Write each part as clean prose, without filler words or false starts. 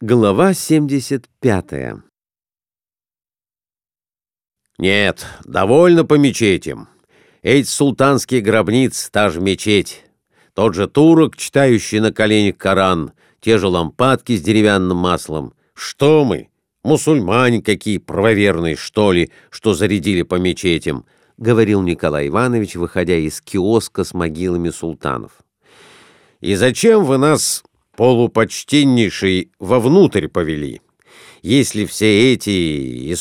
Глава 75. Нет, довольно по мечетям. Эти султанские гробницы, та же мечеть, тот же турок, читающий на коленях Коран, те же лампадки с деревянным маслом. Что мы, мусульмане какие правоверные, что ли, что зарядили по мечетям, — говорил Николай Иванович, выходя из киоска с могилами султанов. И зачем вы нас, полупочтеннейший, вовнутрь повели? Если все эти и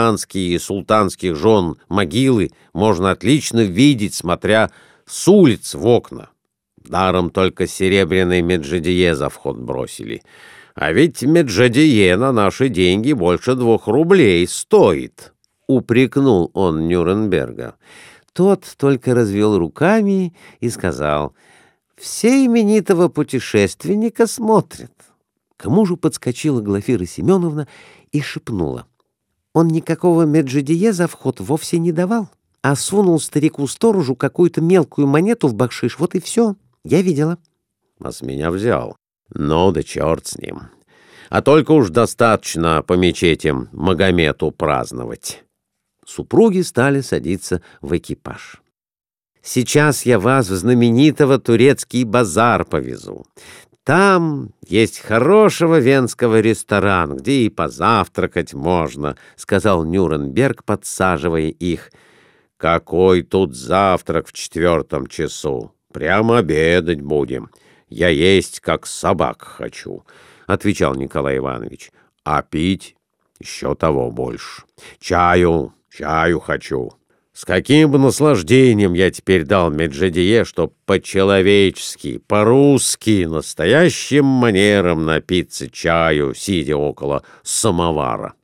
султанских жен могилы можно отлично видеть, смотря с улиц в окна. Даром только серебряный меджидие за вход бросили. А ведь меджидие на наши деньги больше 2 рублей стоит, — упрекнул он Нюрнберга. Тот только развел руками и сказал: «Все именитого путешественника смотрят». К мужу подскочила Глафира Семеновна и шепнула: «Он никакого меджидие за вход вовсе не давал, а сунул старику-сторожу какую-то мелкую монету в бакшиш, вот и все. Я видела». А с меня взял. Ну да черт с ним. А только уж достаточно по мечетям Магомету праздновать. Супруги стали садиться в экипаж. «Сейчас я вас в знаменитого турецкий базар повезу. Там есть хорошего венского ресторан, где и позавтракать можно», — сказал Нюрнберг, подсаживая их. «Какой тут завтрак в 4 часу? Прямо обедать будем. Я есть как собак хочу», — отвечал Николай Иванович. «А пить еще того больше. Чаю хочу. С каким бы наслаждением я теперь дал меджидие, чтоб по-человечески, по-русски, настоящим манером напиться чаю, сидя около самовара».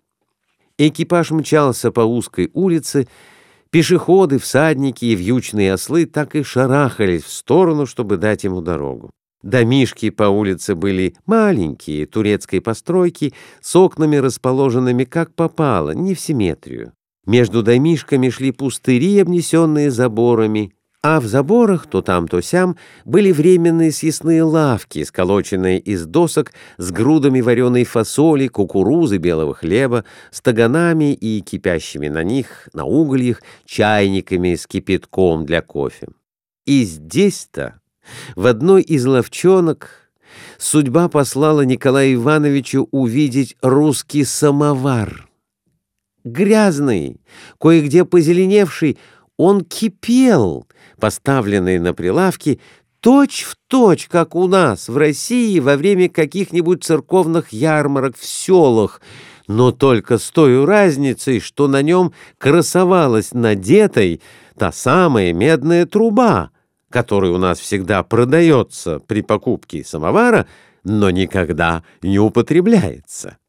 Экипаж мчался по узкой улице. Пешеходы, всадники и вьючные ослы так и шарахались в сторону, чтобы дать ему дорогу. Домишки по улице были маленькие, турецкой постройки, с окнами, расположенными как попало, не в симметрию. Между домишками шли пустыри, обнесенные заборами, а в заборах то там, то сям были временные съестные лавки, сколоченные из досок с грудами вареной фасоли, кукурузы, белого хлеба, стаганами и кипящими на них, на угольях, чайниками с кипятком для кофе. И здесь-то, в одной из лавчонок, судьба послала Николаю Ивановичу увидеть русский самовар. Грязный, кое-где позеленевший, он кипел, поставленный на прилавке, точь-в-точь, как у нас в России во время каких-нибудь церковных ярмарок в селах, но только с той разницей, что на нем красовалась надетой та самая медная труба, которая у нас всегда продается при покупке самовара, но никогда не употребляется.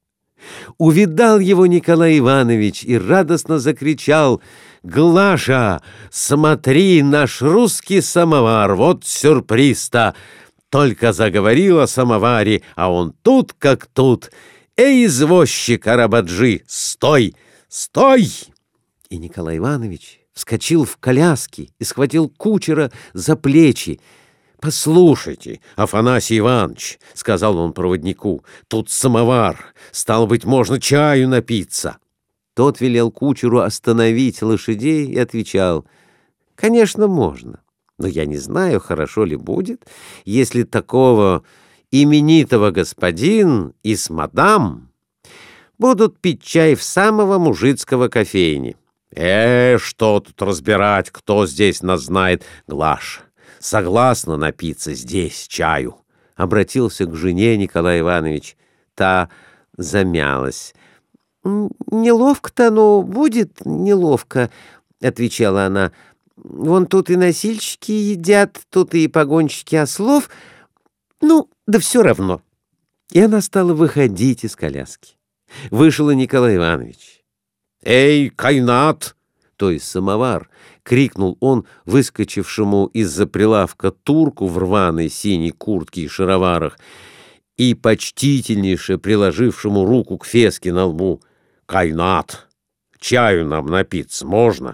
Увидал его Николай Иванович и радостно закричал: «Глаша, смотри, наш русский самовар, вот сюрприз-то! Только заговорил о самоваре, а он тут как тут. Эй, извозчик Арабаджи, стой, стой!» И Николай Иванович вскочил в коляске и схватил кучера за плечи. «Послушайте, Афанасий Иванович, — сказал он проводнику, — тут самовар, стало быть, можно чаю напиться». Тот велел кучеру остановить лошадей и отвечал: «Конечно, можно, но я не знаю, хорошо ли будет, если такого именитого господин и с мадам будут пить чай в самого мужицкого кофейни». Что тут разбирать, кто здесь нас знает, Глаша? Согласна напиться здесь чаю?» — обратился к жене Николай Иванович. Та замялась. «Неловко-то, ну, будет неловко», — отвечала она. «Вон тут и носильщики едят, тут и погонщики ослов. Ну, да все равно». И она стала выходить из коляски. Вышел и Николай Иванович. «Эй, кайнат!» то есть самовар, — крикнул он выскочившему из-за прилавка турку в рваной синей куртке и шароварах и почтительнейше приложившему руку к феске на лбу. «Кайнат, чаю нам напиться можно?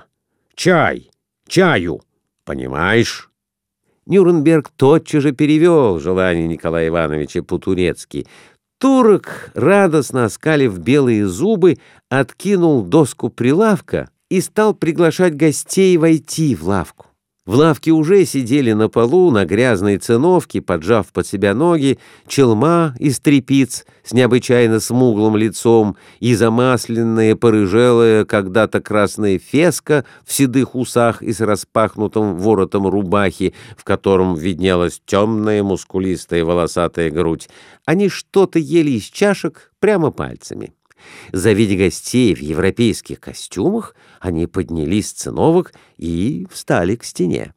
Чаю, понимаешь?» Нюрнберг тотчас же перевел желание Николая Ивановича по-турецки. Турок, радостно оскалив белые зубы, откинул доску прилавка и стал приглашать гостей войти в лавку. В лавке уже сидели на полу на грязной циновке, поджав под себя ноги, челма из тряпиц с необычайно смуглым лицом и замасленная, порыжелая когда-то красная феска в седых усах и с распахнутым воротом рубахи, в котором виднелась темная мускулистая волосатая грудь. Они что-то ели из чашек прямо пальцами. Завидя гостей в европейских костюмах, они поднялись с циновок и встали к стене.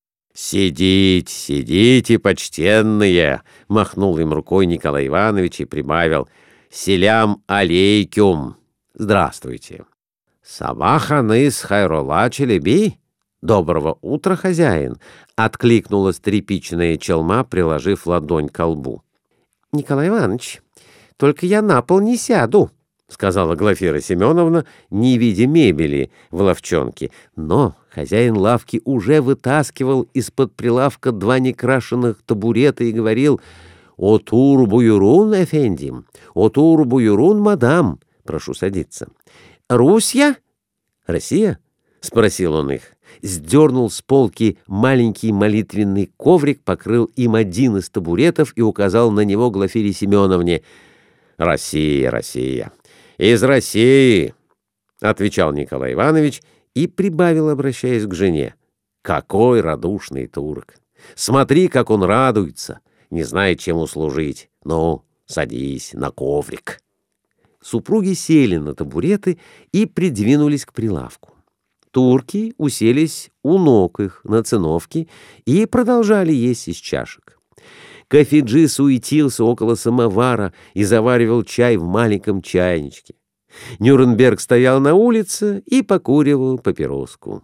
«Сидите, сидите, почтенные!» — махнул им рукой Николай Иванович и прибавил: «Селям алейкум! Здравствуйте!» «Сабаханыс хайрола челеби!» «Доброго утра, хозяин!» — откликнулась тряпичная челма, приложив ладонь ко лбу. «Николай Иванович, только я на пол не сяду», — сказала Глафира Семеновна, не видя мебели в лавчонке. Но хозяин лавки уже вытаскивал из-под прилавка два некрашенных табурета и говорил: «Отур буюрун, эфендим, отур буюрун, мадам, прошу садиться». «Русья?» «Россия?» — спросил он их. Сдернул с полки маленький молитвенный коврик, покрыл им один из табуретов и указал на него Глафире Семеновне. «Россия, Россия! Из России!» — отвечал Николай Иванович и прибавил, обращаясь к жене: «Какой радушный турок! Смотри, как он радуется, не знает, чем услужить. Ну, садись на коврик». Супруги сели на табуреты и придвинулись к прилавку. Турки уселись у ног их на циновке и продолжали есть из чашек. Кафеджи суетился около самовара и заваривал чай в маленьком чайничке. Нюрнберг стоял на улице и покуривал папироску.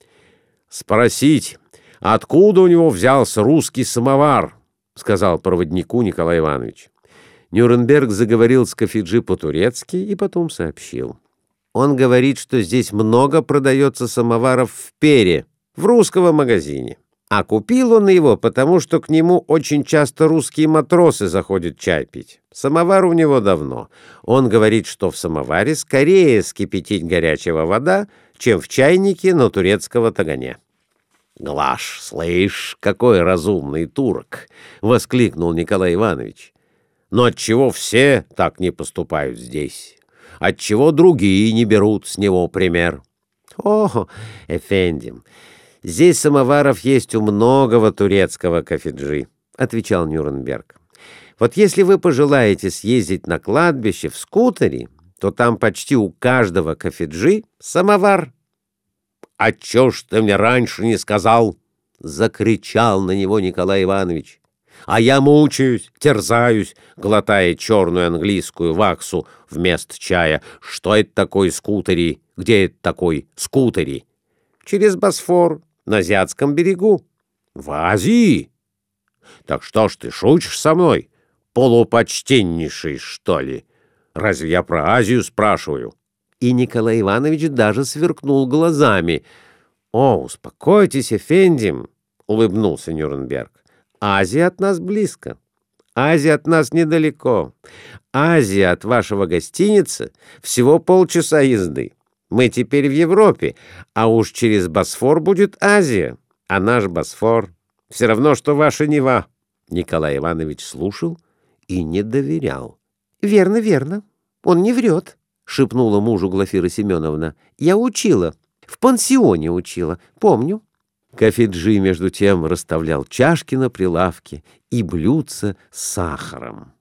«Спросить, откуда у него взялся русский самовар?» — сказал проводнику Николай Иванович. Нюрнберг заговорил с Кафеджи по-турецки и потом сообщил. «Он говорит, что здесь много продается самоваров в Пере, в русском магазине. А купил он его, потому что к нему очень часто русские матросы заходят чай пить. Самовар у него давно. Он говорит, что в самоваре скорее скипятить горячего вода, чем в чайнике на турецкого тагане». «Глаш, слышь, какой разумный турок!» — воскликнул Николай Иванович. «Но отчего все так не поступают здесь? Отчего другие не берут с него пример?» «О, эфендим, здесь самоваров есть у многого турецкого кафеджи», — отвечал Нюрнберг. «Вот если вы пожелаете съездить на кладбище в скутере, то там почти у каждого кафеджи самовар». «А чё ж ты мне раньше не сказал?» — закричал на него Николай Иванович. «А я мучаюсь, терзаюсь, глотая черную английскую ваксу вместо чая. Что это такое скутери? Где это такой скутери?» «Через Босфор, на Азиатском берегу». «В Азии? Так что ж ты шутишь со мной? Полупочтеннейший, что ли? Разве я про Азию спрашиваю?» И Николай Иванович даже сверкнул глазами. «О, успокойтесь, эфендим», — улыбнулся Нюрнберг. «Азия от нас близко. Азия от нас недалеко. Азия от вашего гостиницы всего полчаса езды. Мы теперь в Европе, а уж через Босфор будет Азия. А наш Босфор все равно, что ваша Нева». Николай Иванович слушал и не доверял. «Верно, верно. Он не врет», — шепнула мужу Глафира Семеновна. «Я учила. В пансионе учила. Помню». Кафеджи, между тем, расставлял чашки на прилавке и блюдца с сахаром.